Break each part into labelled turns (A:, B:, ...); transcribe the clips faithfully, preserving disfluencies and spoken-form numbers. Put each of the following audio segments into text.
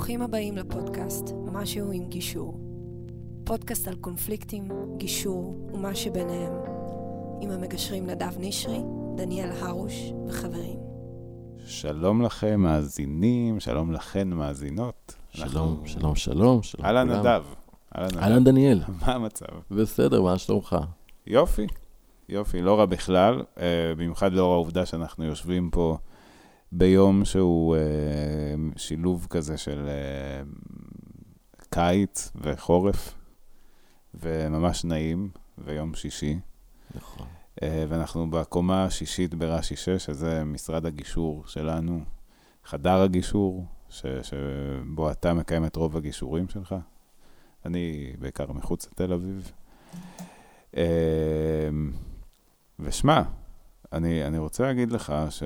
A: ברוכים הבאים לפודקאסט משהו עם גישור. פודקאסט על קונפליקטים, גישור ומה שביניהם. עם המגשרים נדב נשרי, דניאל הרוש וחברים.
B: שלום לכם מאזינים, שלום לכן מאזינות.
C: שלום, אנחנו... שלום, שלום, שלום.
B: אהלן נדב.
C: אהלן דניאל.
B: מה המצב?
C: בסדר, מה שלומך?
B: יופי, יופי, לא רע בכלל, במיוחד לאור העובדה שאנחנו יושבים פה ביום שהוא שילוב כזה של קיץ וחורף, וממש נעים, ויום שישי.
C: נכון.
B: ואנחנו בקומה השישית ברש"י שש, שזה משרד הגישור שלנו, חדר הגישור, ש, שבו אתה מקיים את רוב הגישורים שלך. אני בעיקר מחוץ לתל אביב. ושמע, אני, אני רוצה להגיד לך ש...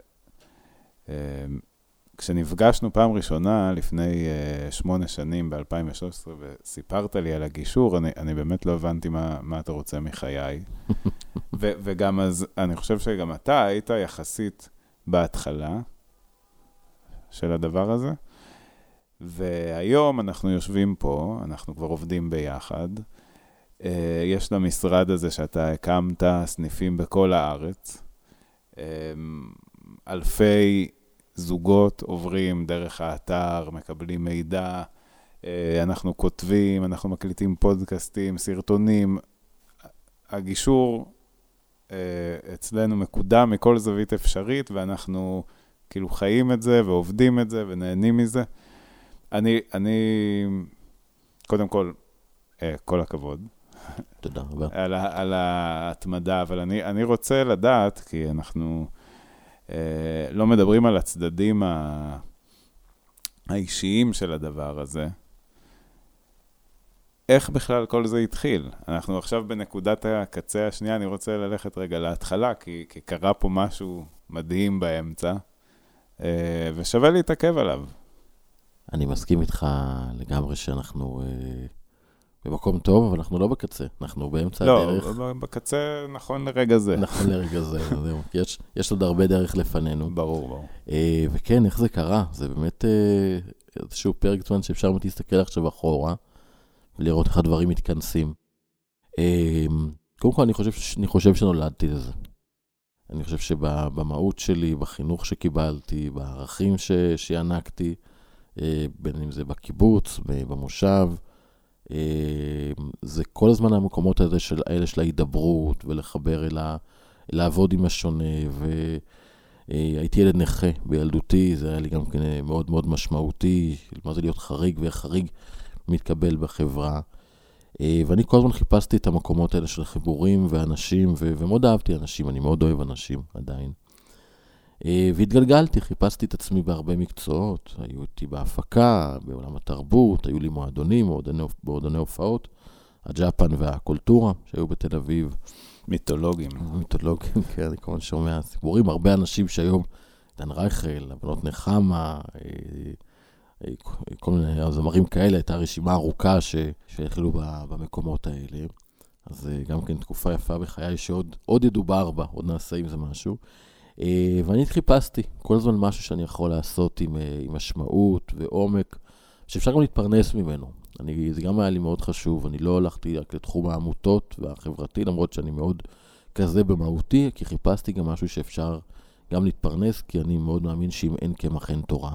B: כשנפגשנו פעם ראשונה לפני שמונה שנים ב-אלפיים ושלוש עשרה וסיפרת לי על הגישור, אני, אני באמת לא הבנתי מה, מה אתה רוצה מחיי. ו, וגם אז, אני חושב שגם אתה היית יחסית בהתחלה של הדבר הזה. והיום אנחנו יושבים פה, אנחנו כבר עובדים ביחד. יש למשרד הזה שאתה הקמת סניפים בכל הארץ. אלפי זוגות עוברים דרך האתר, מקבלים מידע, אנחנו כותבים, אנחנו מקליטים פודקאסטים, סרטונים. הגישור אצלנו מקודם מכל זווית אפשרית, ואנחנו כאילו חיים את זה ועובדים את זה ונהנים מזה. אני, אני, קודם כל, כל הכבוד.
C: תודה רבה.
B: על, על ההתמדה, אבל אני, אני רוצה לדעת, כי אנחנו לא מדברים על הצדדים האישיים של הדבר הזה. איך בכלל כל זה התחיל? אנחנו עכשיו בנקודת הקצה השנייה, אני רוצה ללכת רגע להתחלה, כי, כי קרה פה משהו מדהים באמצע, ושווה להתעכב עליו.
C: אני מסכים איתך לגמרי שאנחנו במקום טוב, אבל אנחנו לא בקצה, אנחנו באמצע
B: לא,
C: הדרך.
B: לא, בקצה נכון לרגע זה.
C: נכון לרגע זה, זהו. יש, יש עוד הרבה דרך לפנינו.
B: ברור, ברור.
C: וכן, איך זה קרה? זה באמת איזשהו פרק זמן שאפשר להסתכל עכשיו אחורה, ולראות איך הדברים מתכנסים. קודם כל, אני חושב, אני חושב שנולדתי לזה. אני חושב שבמהות שלי, בחינוך שקיבלתי, בערכים ש, שינקתי, בין אם זה בקיבוץ, במושב, זה כל הזמן המקומות האלה של, האלה של ההידברות, ולחבר אלה, לעבוד עם השונה, והייתי ילד נכה בילדותי, זה היה לי גם כן מאוד מאוד משמעותי, מה זה להיות חריג, ואיך חריג מתקבל בחברה. ואני כל הזמן חיפשתי את המקומות האלה של חיבורים ואנשים, ו- ומאוד אהבתי אנשים, אני מאוד אוהב אנשים עדיין. והתגלגלתי, חיפשתי את עצמי בהרבה מקצועות, היו איתי בהפקה, בעולם התרבות, היו לי מועדונים, מועדוני הופעות, הג'אפן והקולטורה שהיו בתל אביב.
B: מיתולוגים.
C: מיתולוגים, כן, אני כמובן שומע סיפורים, הרבה אנשים שהיום, דן רייכל, הבנות נחמה, כל מיני הזמרים כאלה, הייתה רשימה ארוכה שהחלו במקומות האלה. אז גם כן תקופה יפה בחיי שעוד עוד ידובר בה, עוד נעשה עם זה משהו. ואני חיפשתי כל הזמן משהו שאני יכול לעשות עם, עם משמעות ועומק, שאפשר גם להתפרנס ממנו. אני, זה גם היה לי מאוד חשוב, אני לא הלכתי רק לתחום העמותות והחברתי, למרות שאני מאוד כזה במהותי, כי חיפשתי גם משהו שאפשר גם להתפרנס, כי אני מאוד מאמין שאם אין קמח אין תורה.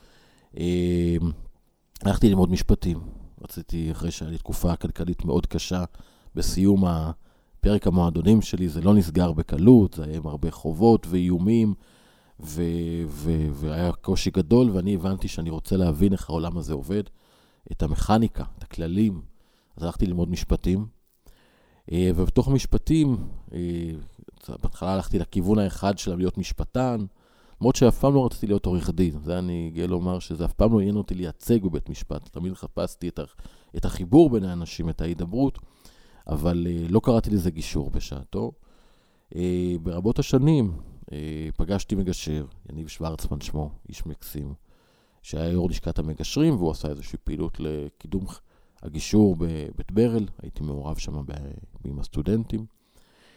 C: הלכתי ללמוד משפטים, רציתי אחרי שהיה לי תקופה כלכלית מאוד קשה, בסיום הפרק המועדונים שלי, זה לא נסגר בקלות, זה היה עם הרבה חובות ואיומים, ו- ו- והיה קושי גדול, ואני הבנתי שאני רוצה להבין איך העולם הזה עובד, את המכניקה, את הכללים. אז הלכתי ללמוד משפטים, ובתוך המשפטים, בהתחלה הלכתי לכיוון האחד של להיות משפטן, למרות שאף פעם לא רציתי להיות עורך דין, זה אני גאה לומר שזה אף פעם לא עניין אותי לייצג בבית משפט, תמיד חפשתי את, את החיבור בין האנשים, את ההידברות, אבל לא קראתי לזה גישור בשעתו. ברבות השנים פגשתי מגשר, יניב שוורצמן שמו, איש מקסים, שהיה יו"ר לשכת המגשרים, והוא עשה איזושהי פעילות לקידום הגישור בבית ברל, הייתי מעורב שם עם הסטודנטים,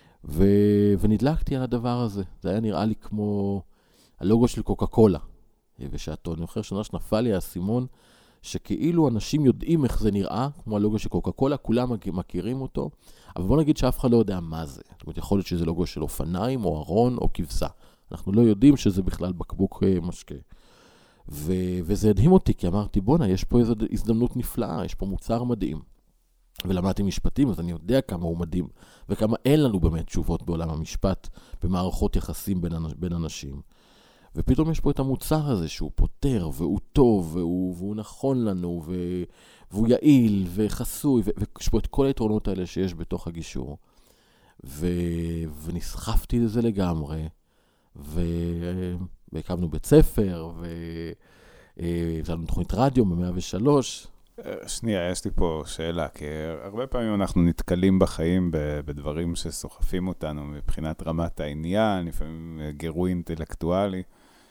C: ו- ונדלקתי על הדבר הזה. זה היה נראה לי כמו הלוגו של קוקה קולה. ושעתו. אני זוכר שנה שנפל לי האסימון, שכאילו אנשים יודעים איך זה נראה, כמו הלוגו של קוקה קולה, כולם מכירים אותו, אבל בוא נגיד שאף אחד לא יודע מה זה. זאת אומרת, יכול להיות שזה לוגו של אופניים, או ארון, או כבשה. אנחנו לא יודעים שזה בכלל בקבוק משקה. ו- וזה הדהים אותי, כי אמרתי, בונה, יש פה איזו הזדמנות נפלאה, יש פה מוצר מדהים. ולמדתי משפטים, אז אני יודע כמה הוא מדהים, וכמה אין לנו באמת תשובות בעולם המשפט, במערכות יחסים בין, בין אנשים. ופתאום יש פה את המוצר הזה, שהוא פותר, והוא טוב, והוא, והוא נכון לנו, ו, והוא יעיל, וחסוי, ו, ויש פה את כל היתרונות האלה שיש בתוך הגישור. ו, ונסחפתי לזה לגמרי, ו... והקמנו בית ספר, והבזלנו תוכנית רדיו ב-מאה ושלוש.
B: שנייה, יש לי פה שאלה, כי הרבה פעמים אנחנו נתקלים בחיים בדברים שסוחפים אותנו מבחינת רמת העניין, לפעמים גירוי אינטלקטואלי.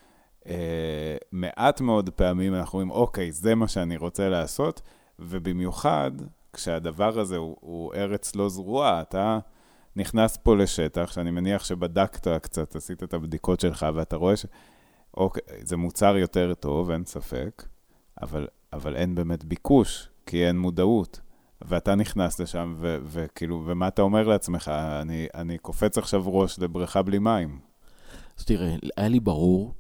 B: מעט מאוד פעמים אנחנו אומרים, אוקיי, זה מה שאני רוצה לעשות, ובמיוחד כשהדבר הזה הוא, הוא ארץ לא זרועה, אתה נכנס פה לשטח, שאני מניח שבדקת קצת, עשית את הבדיקות שלך, ואתה רואה ש... אוקיי, זה מוצר יותר טוב, אין ספק, אבל, אבל אין באמת ביקוש, כי אין מודעות. ואתה נכנס לשם, ו- וכאילו, ומה אתה אומר לעצמך? אני, אני קופץ עכשיו ראש לבריכה בלי מים.
C: אז תראה, היה לי ברור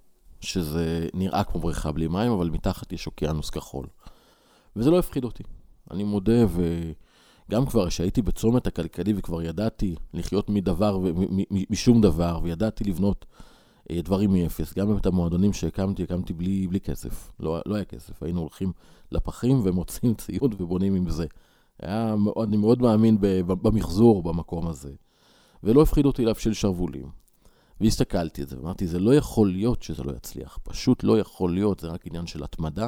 C: שזה נראה כמו בריכה בלי מים, אבל מתחת יש אוקיינוס כחול. וזה לא הפחיד אותי. אני מודה, וגם כבר שהייתי בצומת הכלכלי, וכבר ידעתי לחיות מדבר, משום דבר, וידעתי לבנות דברים מאפס. גם את המועדונים שהקמתי, הקמתי בלי, בלי כסף. לא, לא היה כסף. היינו הולכים לפחים ומוצאים ציוד ובונים עם זה. היה מאוד, אני מאוד מאמין במחזור במקום הזה. ולא הפחיד אותי להפשיל שרבולים. והסתכלתי את זה, ואמרתי, זה לא יכול להיות שזה לא יצליח. פשוט לא יכול להיות, זה רק עניין של התמדה,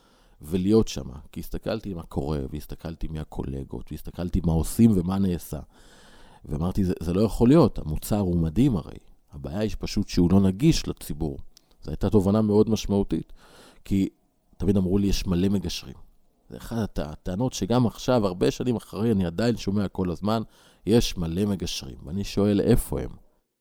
C: ולהיות שם. כי הסתכלתי מה קורה, והסתכלתי מי הקולגות, והסתכלתי מה עושים ומה נעשה. ואמרתי, זה, זה לא יכול להיות, המוצר הוא מדהים הרי. הבעיה היא פשוט שהוא לא נגיש לציבור. זו הייתה תובנה מאוד משמעותית, כי תמיד אמרו לי, יש מלא מגשרים. זה אחת הטענות שגם עכשיו, הרבה שנים אחרי, אני עדיין שומע כל הזמן, יש מלא מגשרים. ואני שואל, איפה הם?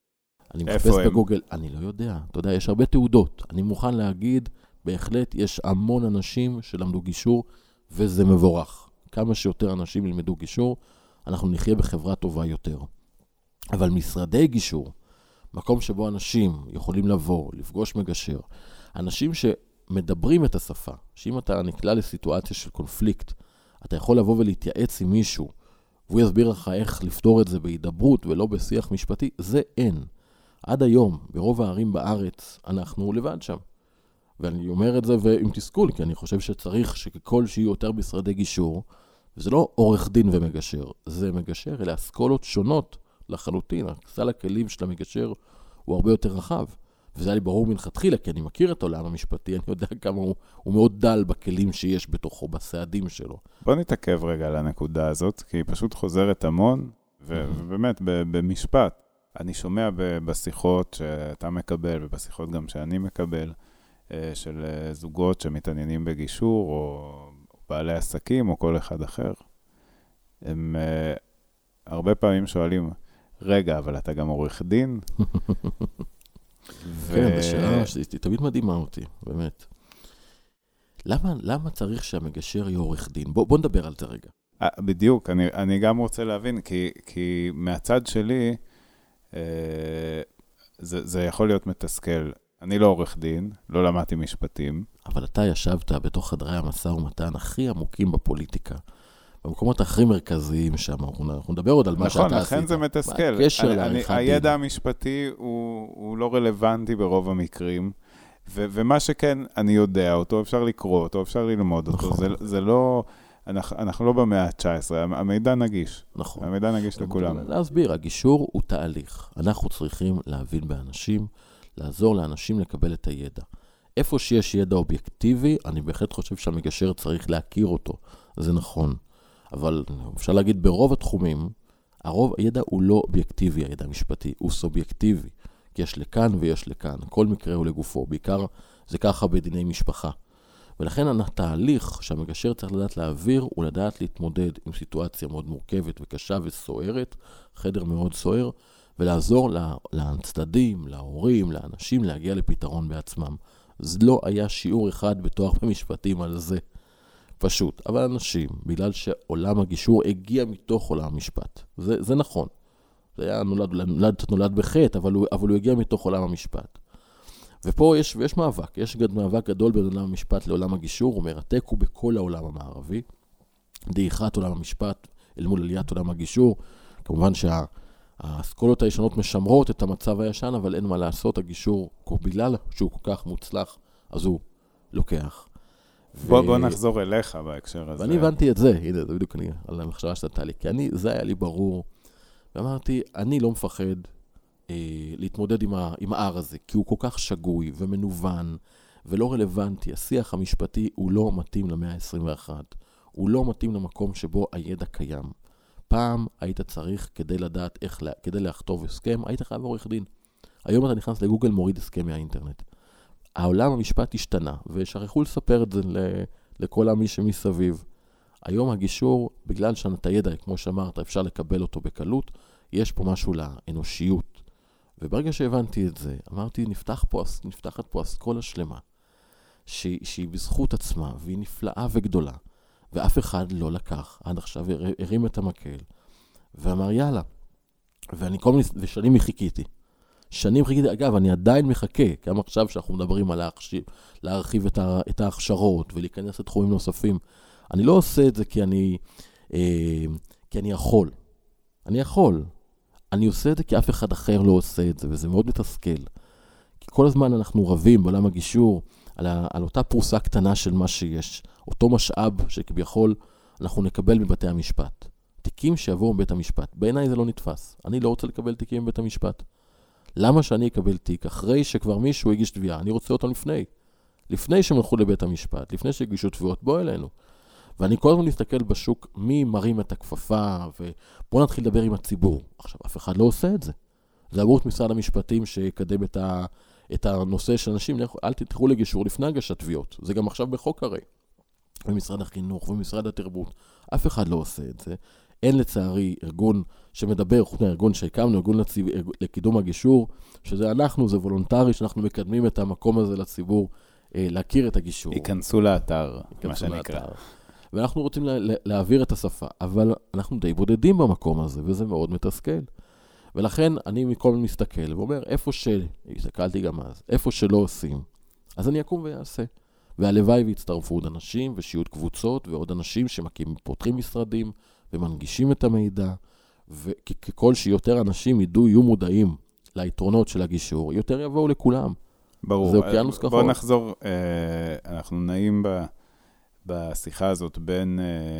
C: אני מחפש בגוגל, אני לא יודע. אתה יודע, יש הרבה תעודות. אני מוכן להגיד, בהחלט יש המון אנשים שלמדו גישור, וזה מבורך. כמה שיותר אנשים ילמדו גישור, אנחנו נחיה בחברה טובה יותר. אבל משרדי גישור, מקום שבו אנשים יכולים לבוא, לפגוש מגשר, אנשים שמדברים את השפה, שאם אתה נקלע לסיטואציה של קונפליקט, אתה יכול לבוא ולהתייעץ עם מישהו, והוא יסביר לך איך לפתור את זה בהידברות ולא בשיח משפטי, זה אין. עד היום, ברוב הערים בארץ, אנחנו לבד שם. ואני אומר את זה ועם תסכול, כי אני חושב שצריך שככל שיהיו יותר משרדי גישור, וזה לא עורך דין ומגשר, זה מגשר, אלה אסכולות שונות לחלוטין. סל הכלים של המגשר הוא הרבה יותר רחב. וזה היה לי ברור מלכתחילה, כי אני מכיר את העולם המשפטי, אני יודע כמה הוא, הוא מאוד דל בכלים שיש בתוכו, בסעדים שלו.
B: בוא נתעכב רגע על הנקודה הזאת, כי היא פשוט חוזרת המון, ו- ובאמת, במשפט. אני שומע בשיחות שאתה מקבל, ובשיחות גם שאני מקבל, של זוגות שמתעניינים בגישור, או בעלי עסקים, או כל אחד אחר. הם הרבה פעמים שואלים, רגע, אבל אתה גם עורך דין?
C: כן, בשאלה שהיא תמיד מדהימה אותי, באמת. למה, למה צריך שהמגשר יהיה עורך דין? בוא, בוא נדבר על זה רגע.
B: בדיוק, אני, אני גם רוצה להבין, כי, כי מהצד שלי, זה, זה יכול להיות מתסכל. אני לא עורך דין, לא למדתי משפטים.
C: אבל אתה ישבת בתוך חדרי המשא ומתן הכי עמוקים בפוליטיקה. במקומות הכי מרכזיים שם, אנחנו נדבר עוד על מה שאתה עשית.
B: נכון, לכן זה מתסכל. הידע המשפטי הוא לא רלוונטי ברוב המקרים, ומה שכן, אני יודע אותו, אפשר לקרוא אותו, אפשר ללמוד אותו. זה לא, אנחנו לא במאה ה-תשע עשרה, המידע נגיש.
C: נכון.
B: המידע נגיש לכולם.
C: להסביר, הגישור הוא תהליך. אנחנו צריכים להבין באנשים, לעזור לאנשים לקבל את הידע. איפה שיש ידע אובייקטיבי, אני בהחלט חושב שהמגשר צריך להכיר אותו. זה נכון. אבל אפשר להגיד ברוב התחומים, הרוב הידע הוא לא אובייקטיבי, הידע המשפטי, הוא סובייקטיבי. כי יש לכאן ויש לכאן. כל מקרה הוא לגופו. בעיקר זה ככה בדיני משפחה. ולכן התהליך שהמגשר צריך לדעת להעביר, הוא לדעת להתמודד עם סיטואציה מאוד מורכבת וקשה וסוערת, חדר מאוד סוער, ולעזור לצדדים, להורים, לאנשים להגיע לפתרון בעצמם. זה לא היה שיעור אחד בתואר במשפטים על זה. פשוט. אבל אנשים, בגלל שעולם הגישור הגיע מתוך עולם המשפט. זה, זה נכון. זה היה נולד, נולד, נולד בחטא, אבל הוא, אבל הוא הגיע מתוך עולם המשפט. ופה יש, יש מאבק. יש מאבק גדול בין עולם המשפט לעולם הגישור. הוא מרתק, הוא בכל העולם המערבי. דעיכת עולם המשפט אל מול עליית עולם הגישור. כמובן שהאסכולות הישנות משמרות את המצב הישן, אבל אין מה לעשות. הגישור, בגלל שהוא כל כך מוצלח, אז הוא לוקח.
B: בוא, ו... בוא נחזור אליך בהקשר הזה.
C: ואני הבנתי את זה, הנה, זה בדיוק אני, על המחשבה שאתה לי, כי אני, זה היה לי ברור, ואמרתי, אני לא מפחד אה, להתמודד עם, ה, עם הער הזה, כי הוא כל כך שגוי ומנוון ולא רלוונטי. השיח המשפטי הוא לא מתאים למאה ה-עשרים ואחת, הוא לא מתאים למקום שבו הידע קיים. פעם היית צריך כדי לדעת איך, כדי לכתוב הסכם, היית חייב עורך דין. היום אתה נכנס לגוגל, מוריד הסכם מהאינטרנט. העולם המשפט השתנה, ושכחו לספר את זה לכל המי שמסביב. היום הגישור, בגלל שנת הידע, כמו שאמרת, אפשר לקבל אותו בקלות, יש פה משהו לאנושיות. וברגע שהבנתי את זה, אמרתי, נפתח פה, נפתחת פה אסכולה שלמה, שהיא, שהיא בזכות עצמה, והיא נפלאה וגדולה, ואף אחד לא לקח, עד עכשיו הרים את המקל, ואמר, יאללה. ואני כל מיני, ושנים חיכיתי. שנים חיכיתי, אגב, אני עדיין מחכה, גם עכשיו שאנחנו מדברים על להרחיב, להרחיב את, ה, את ההכשרות ולהיכנס לתחומים נוספים. אני לא עושה את זה כי אני, אה, כי אני יכול. אני יכול. אני עושה את זה כי אף אחד אחר לא עושה את זה, וזה מאוד מתסכל. כי כל הזמן אנחנו רבים בעולם הגישור על, ה, על אותה פרוסה קטנה של מה שיש, אותו משאב שכביכול אנחנו נקבל מבתי המשפט. תיקים שיעברו מבית המשפט. בעיניי זה לא נתפס. אני לא רוצה לקבל תיקים מבית המשפט. למה שאני אקבל תיק אחרי שכבר מישהו הגיש תביעה? אני רוצה אותם לפני. לפני שהם הלכו לבית המשפט, לפני שהגישו תביעות, בוא אלינו. ואני כל הזמן מסתכל בשוק מי מרים את הכפפה, ובוא נתחיל לדבר עם הציבור. עכשיו, אף אחד לא עושה את זה. זה אמור את משרד המשפטים שיקדם את, ה, את הנושא של אנשים, אל תתחרו לגישור לפני הגשת תביעות. זה גם עכשיו בחוק הרי. במשרד החינוך ובמשרד התרבות. אף אחד לא עושה את זה. אין לצערי ארגון שמדבר, חוץ מהארגון שהקמנו, ארגון לציב, לקידום הגישור, שזה אנחנו, זה וולונטרי, שאנחנו מקדמים את המקום הזה לציבור, אה, להכיר את הגישור.
B: ייכנסו לאתר,
C: ייכנסו
B: מה שנקרא.
C: לאתר. ואנחנו רוצים לה, לה, להעביר את השפה, אבל אנחנו די בודדים במקום הזה, וזה מאוד מתסכל. ולכן אני מכל מיני מסתכל, ואומר, איפה של, הסתכלתי גם אז, איפה שלא עושים, אז אני אקום ויעשה. והלוואי והצטרפו עוד אנשים, ושיהיו קבוצות, ועוד אנשים שמקים, פותחים משרדים, ומנגישים את המידע, וככל שיותר אנשים ידעו, יהיו מודעים ליתרונות של הגישור, יותר יבואו לכולם.
B: ברור.
C: זה אוקיינוס כחול.
B: בוא נחזור, אנחנו נעים בשיחה הזאת בין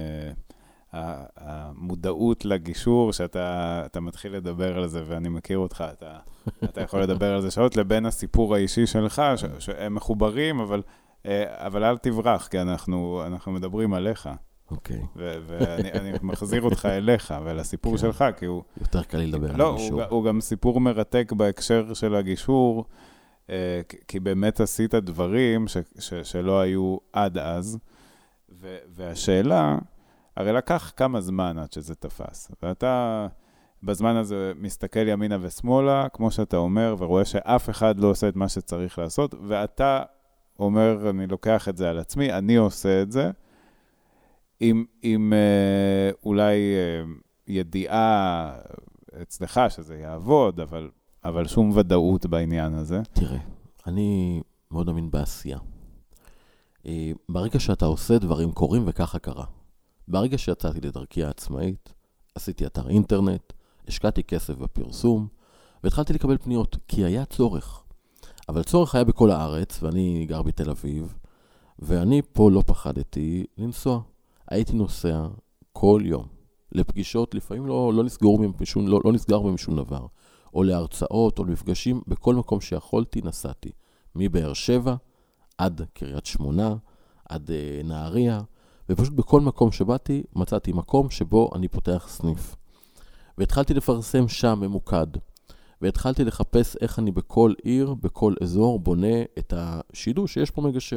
B: המודעות לגישור, שאתה מתחיל לדבר על זה, ואני מכיר אותך, אתה, אתה יכול לדבר על זה שעות, לבין הסיפור האישי שלך, שהם מחוברים, אבל, אבל אל תברח, כי אנחנו, אנחנו מדברים עליך.
C: אוקיי.
B: ואני מחזיר אותך אליך ולסיפור שלך, כי הוא...
C: יותר קל לי לדבר על הגישור.
B: לא, הוא גם סיפור מרתק בהקשר של הגישור, כי באמת עשית דברים שלא היו עד אז, והשאלה, הרי לקח כמה זמן עד שזה תפס, ואתה בזמן הזה מסתכל ימינה ושמאלה, כמו שאתה אומר, ורואה שאף אחד לא עושה את מה שצריך לעשות, ואתה אומר, אני לוקח את זה על עצמי, אני עושה את זה, עם, עם אה, אולי אה, ידיעה אצלך שזה יעבוד, אבל, אבל שום ודאות בעניין הזה.
C: תראה, אני מאוד אמין בעשייה. אה, ברגע שאתה עושה דברים קורים וככה קרה. ברגע שיצאתי לדרכי העצמאית, עשיתי אתר אינטרנט, השקעתי כסף בפרסום, והתחלתי לקבל פניות, כי היה צורך. אבל צורך היה בכל הארץ, ואני גר בתל אביב, ואני פה לא פחדתי לנסוע. הייתי נוסע כל יום לפגישות, לפעמים לא, לא, נסגר משום, לא, לא נסגר במשום דבר, או להרצאות, או למפגשים, בכל מקום שיכולתי נסעתי. מבאר שבע עד קריית שמונה, עד אה, נהריה, ופשוט בכל מקום שבאתי, מצאתי מקום שבו אני פותח סניף. והתחלתי לפרסם שם ממוקד, והתחלתי לחפש איך אני בכל עיר, בכל אזור, בונה את השידור שיש פה מגשר.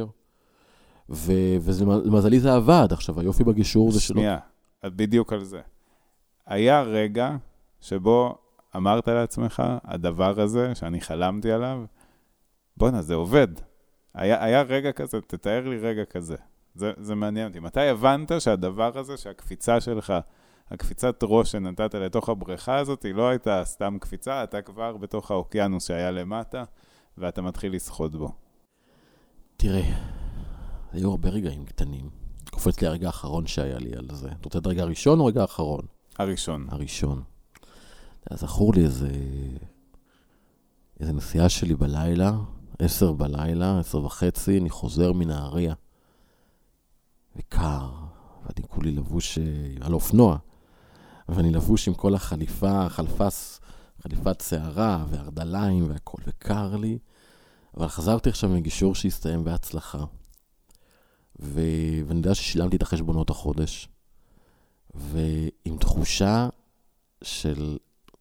C: ולמזלי זה עבד. עכשיו, היופי בגישור זה שלא...
B: שנייה, בדיוק על זה. היה רגע שבו אמרת לעצמך, הדבר הזה שאני חלמתי עליו, בוא'נה, זה עובד. היה, היה רגע כזה, תתאר לי רגע כזה. זה, זה מעניין אותי. מתי הבנת שהדבר הזה, שהקפיצה שלך, הקפיצת ראש שנתת לתוך הבריכה הזאת, היא לא הייתה סתם קפיצה, אתה כבר בתוך האוקיינוס שהיה למטה, ואתה מתחיל לשחות בו.
C: תראה, היו הרבה רגעים קטנים. קופץ לי הרגע האחרון שהיה לי על זה. אתה רוצה את הרגע הראשון או רגע האחרון?
B: הראשון.
C: הראשון. אז זכור לי איזה, איזה נסיעה שלי בלילה, עשר בלילה, עשר וחצי, אני חוזר מנהריה. וקר, ואני כולי לבוש על אופנוע, ואני לבוש עם כל החליפה, חלפס, חליפת שערה והרדליים והכל, וקר לי, אבל חזרתי עכשיו מגישור שהסתיים בהצלחה, ו... ואני יודע ששילמתי את החשבונות החודש, ועם תחושה של,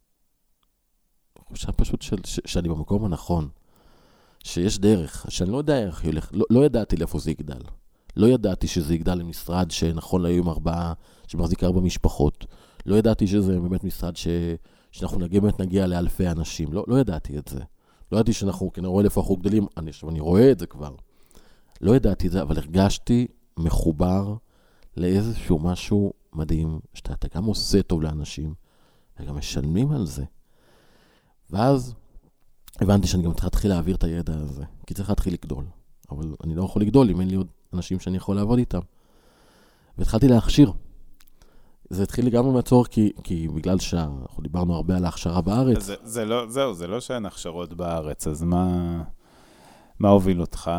C: תחושה פשוט של, ש... שאני במקום הנכון, שיש דרך, שאני לא יודע איך ילך, לא, לא ידעתי לאיפה זה יגדל. לא ידעתי שזה יגדל למשרד שנכון להיום ארבעה, שמחזיק ארבע משפחות. לא ידעתי שזה באמת משרד ש... שאנחנו נגיע, באמת נגיע לאלפי אנשים. לא, לא ידעתי את זה. לא ידעתי שאנחנו, כי אני רואה איפה אנחנו גדלים, אני, אני רואה את זה כבר. לא ידעתי את זה, אבל הרגשתי מחובר לאיזשהו משהו מדהים, שאתה גם עושה טוב לאנשים, וגם משלמים על זה. ואז הבנתי שאני גם צריך להתחיל להעביר את הידע הזה, כי צריך להתחיל לגדול. אבל אני לא יכול לגדול אם אין לי עוד אנשים שאני יכול לעבוד איתם. והתחלתי להכשיר. זה התחיל לי גם מהצורך, כי, כי בגלל שאנחנו דיברנו הרבה על ההכשרה בארץ.
B: זה, זה לא, זהו, זה לא שאין הכשרות בארץ, אז מה, מה הוביל אותך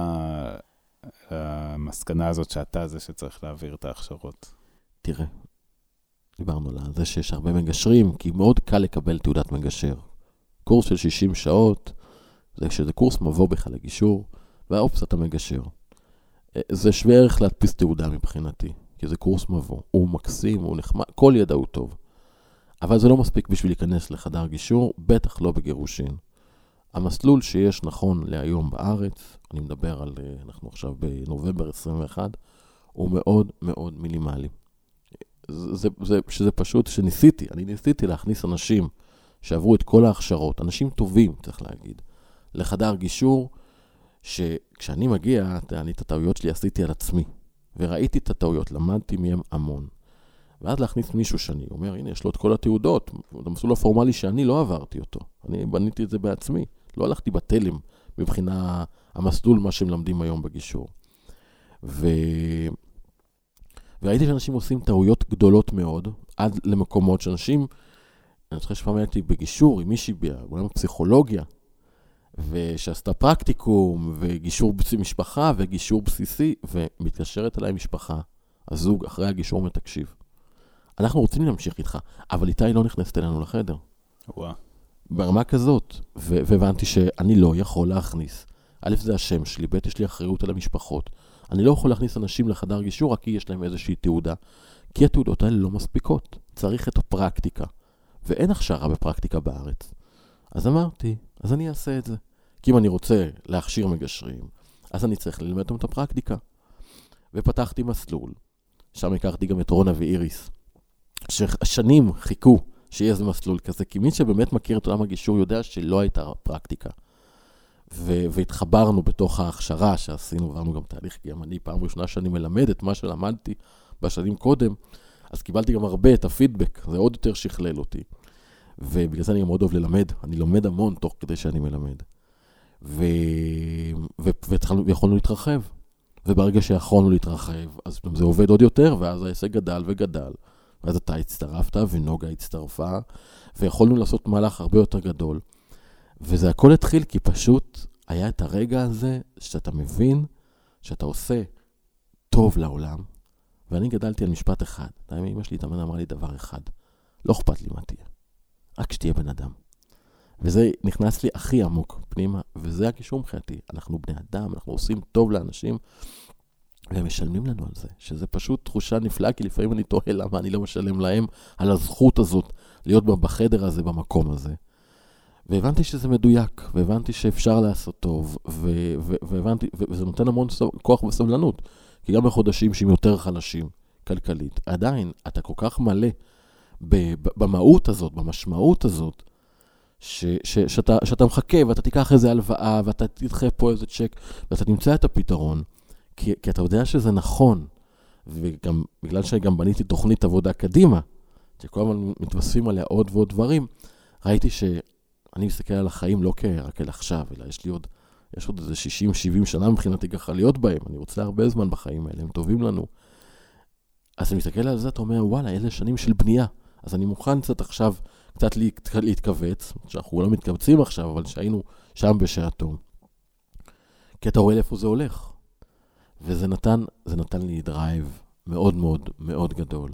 B: למסקנה הזאת שאתה זה שצריך להעביר את ההכשרות?
C: תראה, דיברנו על זה שיש הרבה מגשרים, כי מאוד קל לקבל תעודת מגשר. קורס של שישים שעות, זה שזה קורס מבוא בכלל לגישור, והאופציית המגשר. זה שווה ערך להדפיס תעודה מבחינתי, כי זה קורס מבוא. הוא מקסים, הוא נחמד, כל ידע הוא טוב. אבל זה לא מספיק בשביל להיכנס לחדר גישור, בטח לא בגירושין. המסלול שיש נכון להיום בארץ, אני מדבר על, אנחנו עכשיו בנובמבר עשרים ואחת, הוא מאוד מאוד מינימלי. זה, זה, שזה פשוט שניסיתי, אני ניסיתי להכניס אנשים שעברו את כל ההכשרות, אנשים טובים, צריך להגיד, לחדר גישור, שכשאני מגיע, אני את הטעויות שלי עשיתי על עצמי, וראיתי את הטעויות, למדתי מהם המון. ואז להכניס מישהו שאני אומר, הנה, יש לו את כל התעודות, המסלול הפורמלי שאני לא עברתי אותו. אני בניתי את זה בעצמי, לא הלכתי בתלם, מבחינה המסלול, מה שהם למדים היום בגישור. ו... וראיתי שאנשים עושים טעויות גדולות מאוד, עד למקומות שאנשים, אני חושב שפעם הייתי בגישור עם מישהי בעולם פסיכולוגיה, ושעשתה פרקטיקום, וגישור משפחה, וגישור בסיסי, ומתקשרת אליי משפחה, הזוג אחרי הגישור מתקשיב. אנחנו רוצים להמשיך איתך, אבל איתי לא נכנסת אלינו לחדר.
B: וואו.
C: ברמה כזאת, ו- והבנתי שאני לא יכול להכניס. א', זה השם שלי, ב', יש לי אחריות על המשפחות. אני לא יכול להכניס אנשים לחדר גישור, רק כי יש להם איזושהי תעודה. כי התעודות האלה לא מספיקות. צריך את הפרקטיקה. ואין הכשרה בפרקטיקה בארץ. אז אמרתי, אז אני אעשה את זה. כי אם אני רוצה להכשיר מגשרים, אז אני צריך ללמד אותם את הפרקטיקה. ופתחתי מסלול. שם הכרתי גם את רונה ואיריס, ששנים חיכו שיהיה איזה מסלול כזה, כי מי שבאמת מכיר את עולם הגישור יודע שלא הייתה פרקטיקה. ו- והתחברנו בתוך ההכשרה שעשינו, ועברנו גם תהליך, כי גם אני פעם ראשונה שאני מלמד את מה שלמדתי בשנים קודם, אז קיבלתי גם הרבה את הפידבק, זה עוד יותר שכלל אותי. ובגלל זה אני גם מאוד אוהב ללמד, אני לומד המון תוך כדי שאני מלמד. ו... ו... ויכולנו להתרחב. וברגע שיכולנו להתרחב, אז זה עובד עוד יותר, ואז ההישג גדל וגדל. ואז אתה הצטרפת, ונוגה הצטרפה, ויכולנו לעשות מהלך הרבה יותר גדול. וזה הכל התחיל, כי פשוט היה את הרגע הזה, שאתה מבין, שאתה עושה טוב לעולם, ואני גדלתי על משפט אחד. אמא שלי תמיד אמרה לי דבר אחד, לא אכפת לי מה תהיה, רק שתהיה בן אדם. וזה נכנס לי הכי עמוק פנימה, וזה הקישור מבחינתי. אנחנו בני אדם, אנחנו עושים טוב לאנשים, והם משלמים לנו על זה, שזה פשוט תחושה נפלאה, כי לפעמים אני תוהה למה אני לא משלם להם על הזכות הזאת, להיות בחדר הזה, במקום הזה. והבנתי שזה מדויק, והבנתי שאפשר לעשות טוב, ו- ו- והבנתי, ו- וזה נותן המון כוח וסבלנות, כי גם בחודשים שהם יותר חלשים, כלכלית, עדיין אתה כל כך מלא ב- ב- במהות הזאת, במשמעות הזאת, ש, ש, שאתה, שאתה מחכה ואתה תיקח איזה הלוואה ואתה תדחה פה איזה צ'ק ואתה תמצא את הפתרון, כי, כי אתה יודע שזה נכון, וגם בגלל שגם בניתי תוכנית עבודה קדימה, שכל הזמן מתווספים עליה עוד ועוד דברים, ראיתי שאני מסתכל על החיים לא רק אל עכשיו, אלא יש לי עוד, יש עוד איזה שישים שבעים שנה מבחינתי ככה להיות בהם, אני רוצה הרבה זמן בחיים האלה, הם טובים לנו. אז אני מסתכל על זה, אתה אומר, וואלה, אלה שנים של בנייה, אז אני מוכן קצת עכשיו, קצת להתכווץ, שאנחנו לא מתכווצים עכשיו, אבל שהיינו שם בשעתו. כי אתה רואה לאיפה זה הולך. וזה נתן, זה נתן לי דרייב מאוד מאוד מאוד גדול.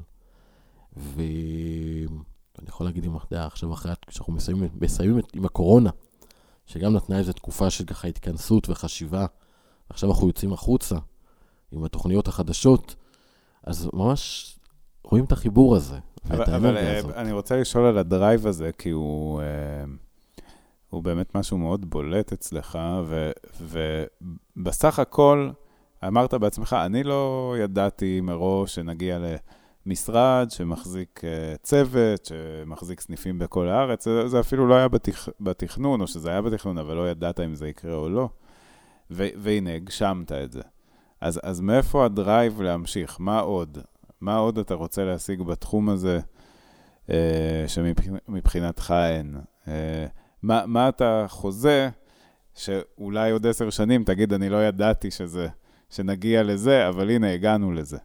C: ואני יכול להגיד עם החדאה, עכשיו אחרי שאנחנו מסיימים, מסיימים עם הקורונה, שגם נתנה איזו תקופה של ככה התכנסות וחשיבה, עכשיו אנחנו יוצאים החוצה עם התוכניות החדשות, אז ממש רואים את החיבור הזה.
B: אבל, אבל אני רוצה לשאול על הדרייב הזה, כי הוא, הוא באמת משהו מאוד בולט אצלך, ו, ובסך הכל, אמרת בעצמך, אני לא ידעתי מראש שנגיע למשרד שמחזיק צוות, שמחזיק סניפים בכל הארץ, זה, זה אפילו לא היה בתכ, בתכנון, או שזה היה בתכנון, אבל לא ידעת אם זה יקרה או לא, ו, והנה, הגשמת את זה. אז, אז מאיפה הדרייב להמשיך? מה עוד? מה עוד אתה רוצה להשיג בתחום הזה, אה, שמבחינתך אין? אה, מה, מה אתה חוזה, שאולי עוד עשר שנים תגיד, אני לא ידעתי שזה, שנגיע לזה, אבל הנה, הגענו לזה.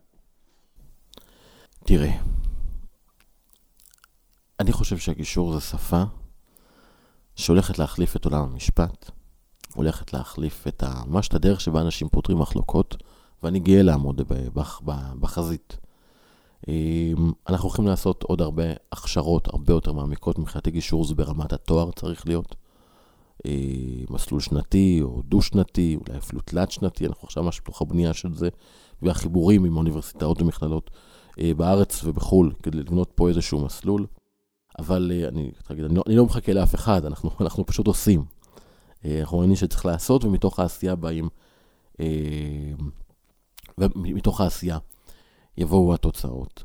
C: תראה, אני חושב שהגישור זה שפה שהולכת להחליף את עולם המשפט, הולכת להחליף את ממש את הדרך שבה אנשים פותרים מחלוקות, ואני גאה לעמוד בחזית. אנחנו הולכים לעשות עוד הרבה הכשרות, הרבה יותר מעמיקות, מבחינתי גישור זה ברמת התואר צריך להיות. מסלול שנתי או דו-שנתי, אולי אפילו תלת שנתי, אנחנו עכשיו ממש בתוך הבנייה של זה, והחיבורים עם אוניברסיטאות ומכללות בארץ ובחול, כדי לבנות פה איזשהו מסלול. אבל אני, אני, לא, אני לא מחכה לאף אחד, אנחנו, אנחנו פשוט עושים. אנחנו רואים שצריך לעשות, ומתוך העשייה באים, ומתוך העשייה יבואו התוצאות.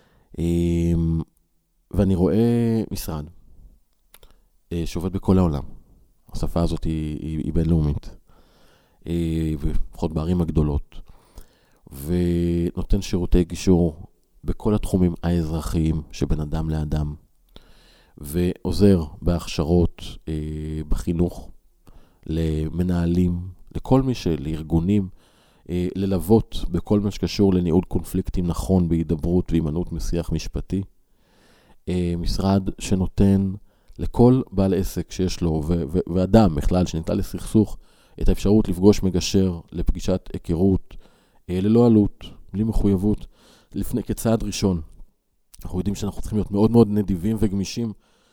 C: ואני רואה משרד שעובד בכל העולם. השפה הזאת היא, היא, היא בינלאומית, לפחות בערים הגדולות, ונותן שירותי גישור בכל התחומים האזרחיים שבין אדם לאדם, ועוזר בהכשרות, בחינוך, למנהלים, לכל מי שלארגונים, ללוות בכל מה שקשור לניהול קונפליקטים נכון בהידברות והימנעות משיח משפטי. משרד שנותן לכל בעל עסק שיש לו, ו- ו- ואדם בכלל שניתן לסכסוך, את האפשרות לפגוש מגשר לפגישת היכרות, ללא עלות, בלי מחויבות, לפני כצעד ראשון. אנחנו יודעים שאנחנו צריכים להיות מאוד מאוד נדיבים וגמישים,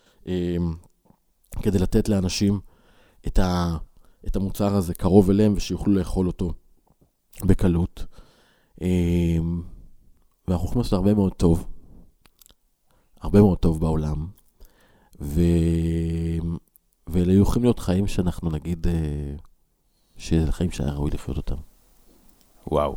C: כדי לתת לאנשים את, ה- את המוצר הזה קרוב אליהם, ושיוכלו לאכול אותו בקלות. ואנחנו יכולים לעשות הרבה מאוד טוב, הרבה מאוד טוב בעולם, ו... ואלה יכולים להיות חיים שאנחנו נגיד, שזה חיים שהיה ראוי לחיות אותם.
B: וואו.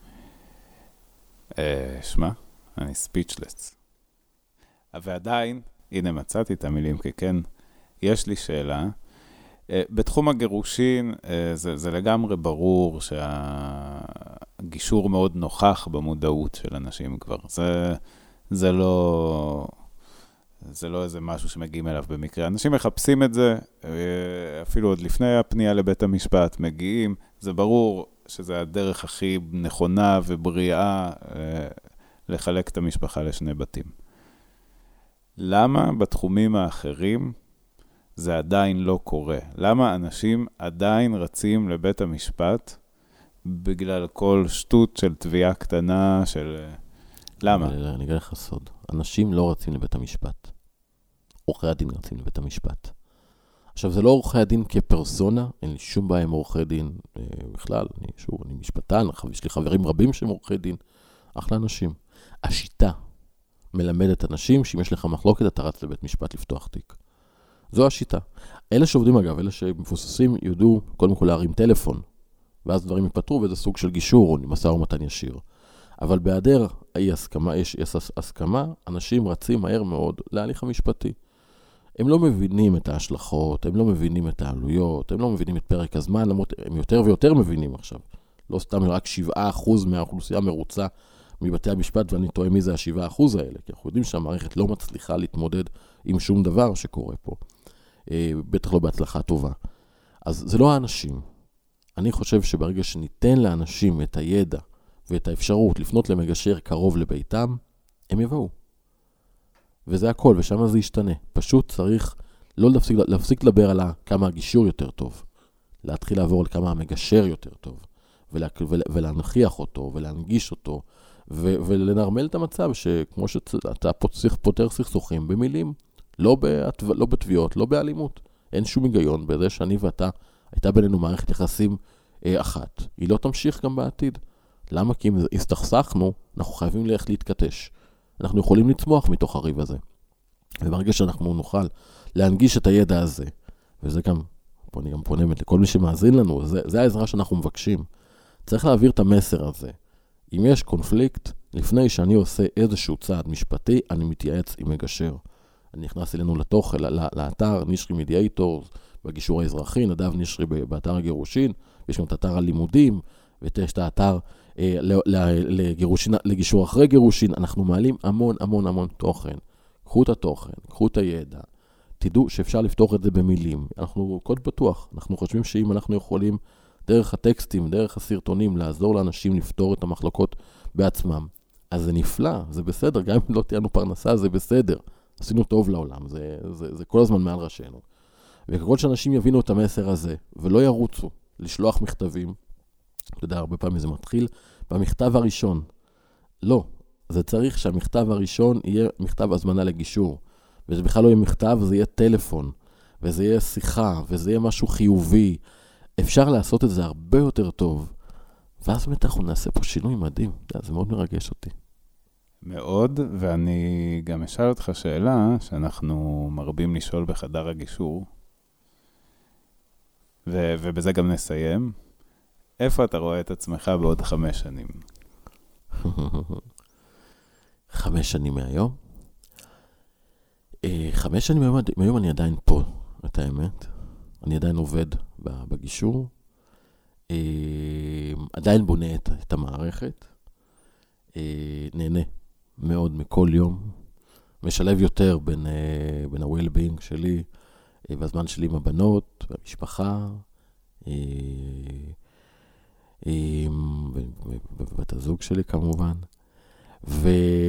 B: אה, שמה, אני ספיצ'לס. ועדיין, הנה מצאתי את המילים, כי כן, יש לי שאלה. בתחום הגירושין, זה, זה לגמרי ברור שהגישור מאוד נוכח במודעות של אנשים כבר. זה, זה לא, זה לא איזה משהו שמגיעים אליו במקרה. אנשים מחפשים את זה, אפילו עוד לפני הפנייה לבית המשפט, מגיעים. זה ברור שזה הדרך הכי נכונה ובריאה לחלק את המשפחה לשני בתים. למה בתחומים האחרים זה עדיין לא קורה? למה אנשים עדיין רצים לבית המשפט בגלל כל שטות של תביעה קטנה של... למה?
C: אני אגיד לך סוד. אנשים לא רצים לבית המשפט. עורכי הדין רצים לבית המשפט. עכשיו, זה לא עורכי הדין כפרסונה, אין לי שום בעיה עם עורכי דין בכלל. אני, שוב, אני משפטן, יש לי חברים רבים שהם עורכי דין. אחלה אנשים. השיטה מלמדת אנשים שאם יש לך מחלוקת, אתה רץ לבית משפט לפתוח תיק. זו השיטה. אלה שעובדים אגב, אלה שמפוססים, יודעו קודם כל להרים טלפון, ואז דברים ייפטרו, וזה סוג של גישור, או משא ומתן ישיר. אבל בהיעדר אי הסכמה, יש, יש הסכמה, אנשים רצים מהר מאוד להליך המשפטי. הם לא מבינים את ההשלכות, הם לא מבינים את העלויות, הם לא מבינים את פרק הזמן, למרות הם יותר ויותר מבינים עכשיו. לא סתם רק שבעה אחוז מהאוכלוסייה מרוצה מבתי המשפט, ואני טועה מי זה ה-שבעה אחוז האלה, כי אנחנו יודעים שהמערכת לא מצליחה להתמודד עם שום דבר שקורה פה. בטח לא בהצלחה טובה. אז זה לא האנשים. אני חושב שברגע שניתן לאנשים את הידע ואת האפשרות לפנות למגשר קרוב לביתם, הם יבואו. וזה הכל, ושם זה ישתנה. פשוט צריך לא להפסיק, להפסיק לדבר על כמה הגישור יותר טוב, להתחיל לעבור על כמה המגשר יותר טוב, ולה, ולהנחיח אותו, ולהנגיש אותו, ו, ולנרמל את המצב שכמו שאתה פותר סכסוכים במילים, לא, בת, לא בתביעות, לא באלימות. אין שום היגיון בזה שאני ואתה, הייתה בינינו מערכת יחסים אה, אחת. היא לא תמשיך גם בעתיד. למה? כי אם הסתכסכנו, אנחנו חייבים ללכת להתקטש. אנחנו יכולים לצמוח מתוך הריב הזה. וברגע שאנחנו נוכל להנגיש את הידע הזה, וזה גם, פה אני גם פונה לכל מי שמאזין לנו, זה, זה העזרה שאנחנו מבקשים. צריך להעביר את המסר הזה. אם יש קונפליקט, לפני שאני עושה איזשהו צעד משפטי, אני מתייעץ עם מגשר. אני נכנס אלינו לתוך, לאתר נשרי מדיאטורס, בגישור האזרחי, נדב נשרי באתר הגירושין, יש גם את האתר הלימודים, ויש את האתר אה, לגירושין, לגישור אחרי גירושין, אנחנו מעלים המון המון המון תוכן. קחו את התוכן, קחו את הידע, תדעו שאפשר לפתוח את זה במילים. אנחנו קוד פתוח, אנחנו חושבים שאם אנחנו יכולים דרך הטקסטים, דרך הסרטונים, לעזור לאנשים לפתור את המחלוקות בעצמם, אז זה נפלא, זה בסדר, גם אם לא תהיינו פרנסה, זה בסדר. עשינו טוב לעולם, זה, זה, זה כל הזמן מעל ראשינו. וככל שאנשים יבינו את המסר הזה, ולא ירוצו לשלוח מכתבים, אתה יודע, הרבה פעמים זה מתחיל במכתב הראשון. לא, זה צריך שהמכתב הראשון יהיה מכתב הזמנה לגישור, וזה בכלל לא יהיה מכתב, זה יהיה טלפון, וזה יהיה שיחה, וזה יהיה משהו חיובי. אפשר לעשות את זה הרבה יותר טוב, ואז באמת אנחנו נעשה פה שינוי מדהים, זה מאוד מרגש אותי.
B: מאוד, ואני גם אשאל אותך שאלה שאנחנו מרבים לשאול בחדר הגישור, ו- ובזה גם נסיים. איפה אתה רואה את עצמך בעוד חמש שנים?
C: חמש שנים מהיום? חמש שנים מהיום, מהיום אני עדיין פה, את האמת. אני עדיין עובד בגישור. עדיין בונה את, את המערכת. נהנה מאוד מכל יום. משלב יותר בין, בין ה-well-being שלי והזמן שלי עם הבנות, והמשפחה, ובת הזוג שלי כמובן. ו...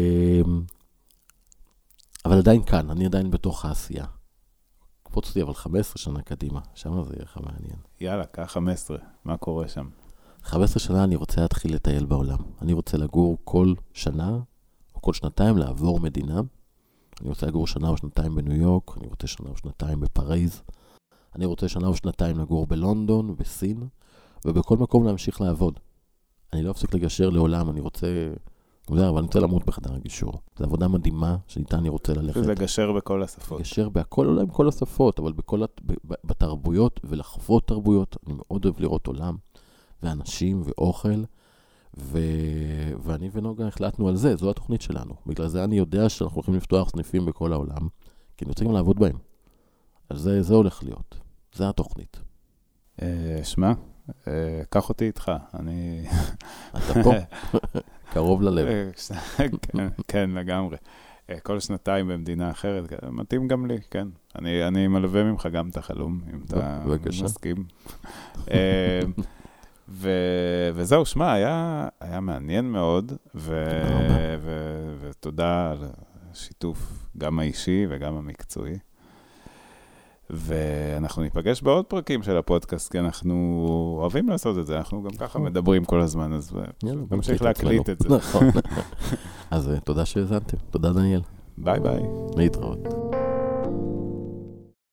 C: אבל עדיין כאן, אני עדיין בתוך העשייה. קפוץ אותי אבל חמש עשרה שנה קדימה, שם זה יהיה לך מעניין.
B: יאללה, קח חמש עשרה, מה קורה שם?
C: חמש עשרה שנה אני רוצה להתחיל לטייל בעולם. אני רוצה לגור כל שנה, או כל שנתיים לעבור מדינה. אני רוצה לגור שנה או שנתיים בניו יורק, אני רוצה שנה או שנתיים בפריז. אני רוצה שנה או שנתיים לגור בלונדון, בסין, ובכל מקום להמשיך לעבוד. אני לא אפסיק לגשר לעולם, אני רוצה... אבל אני רוצה למות בחדר הגישור. זו עבודה מדהימה שאיתה אני רוצה ללכת.
B: זה לגשר בכל השפות.
C: לגשר בהכל, אולי בכל השפות, אבל בכל, בתרבויות ולחוות תרבויות. אני מאוד אוהב לראות עולם, ואנשים ואוכל, ו... ואני ונוגה החלטנו על זה, זו התוכנית שלנו. בגלל זה אני יודע שאנחנו הולכים לפתוח סניפים בכל העולם, כי אני רוצה גם לעבוד בהם. אז זה, זה הולך להיות. זה התוכנית.
B: שמע, קח אותי איתך. אני...
C: אתה פה. קרוב ללב.
B: כן, כן, לגמרי. כל שנתיים במדינה אחרת, מתאים גם לי, כן. אני, אני מלווה ממך גם את החלום, אם אתה מסכים. ו, וזהו, שמע, היה, היה מעניין מאוד, ו, ו, ותודה על השיתוף, גם האישי וגם המקצועי. ואנחנו ניפגש בעוד פרקים של הפודקאסט, כי אנחנו אוהבים לעשות את זה, אנחנו גם ככה מדברים כל הזמן, אז נמשיך להקליט את זה.
C: אז תודה שהזנתם, תודה דניאל.
B: ביי ביי.
C: להתראות.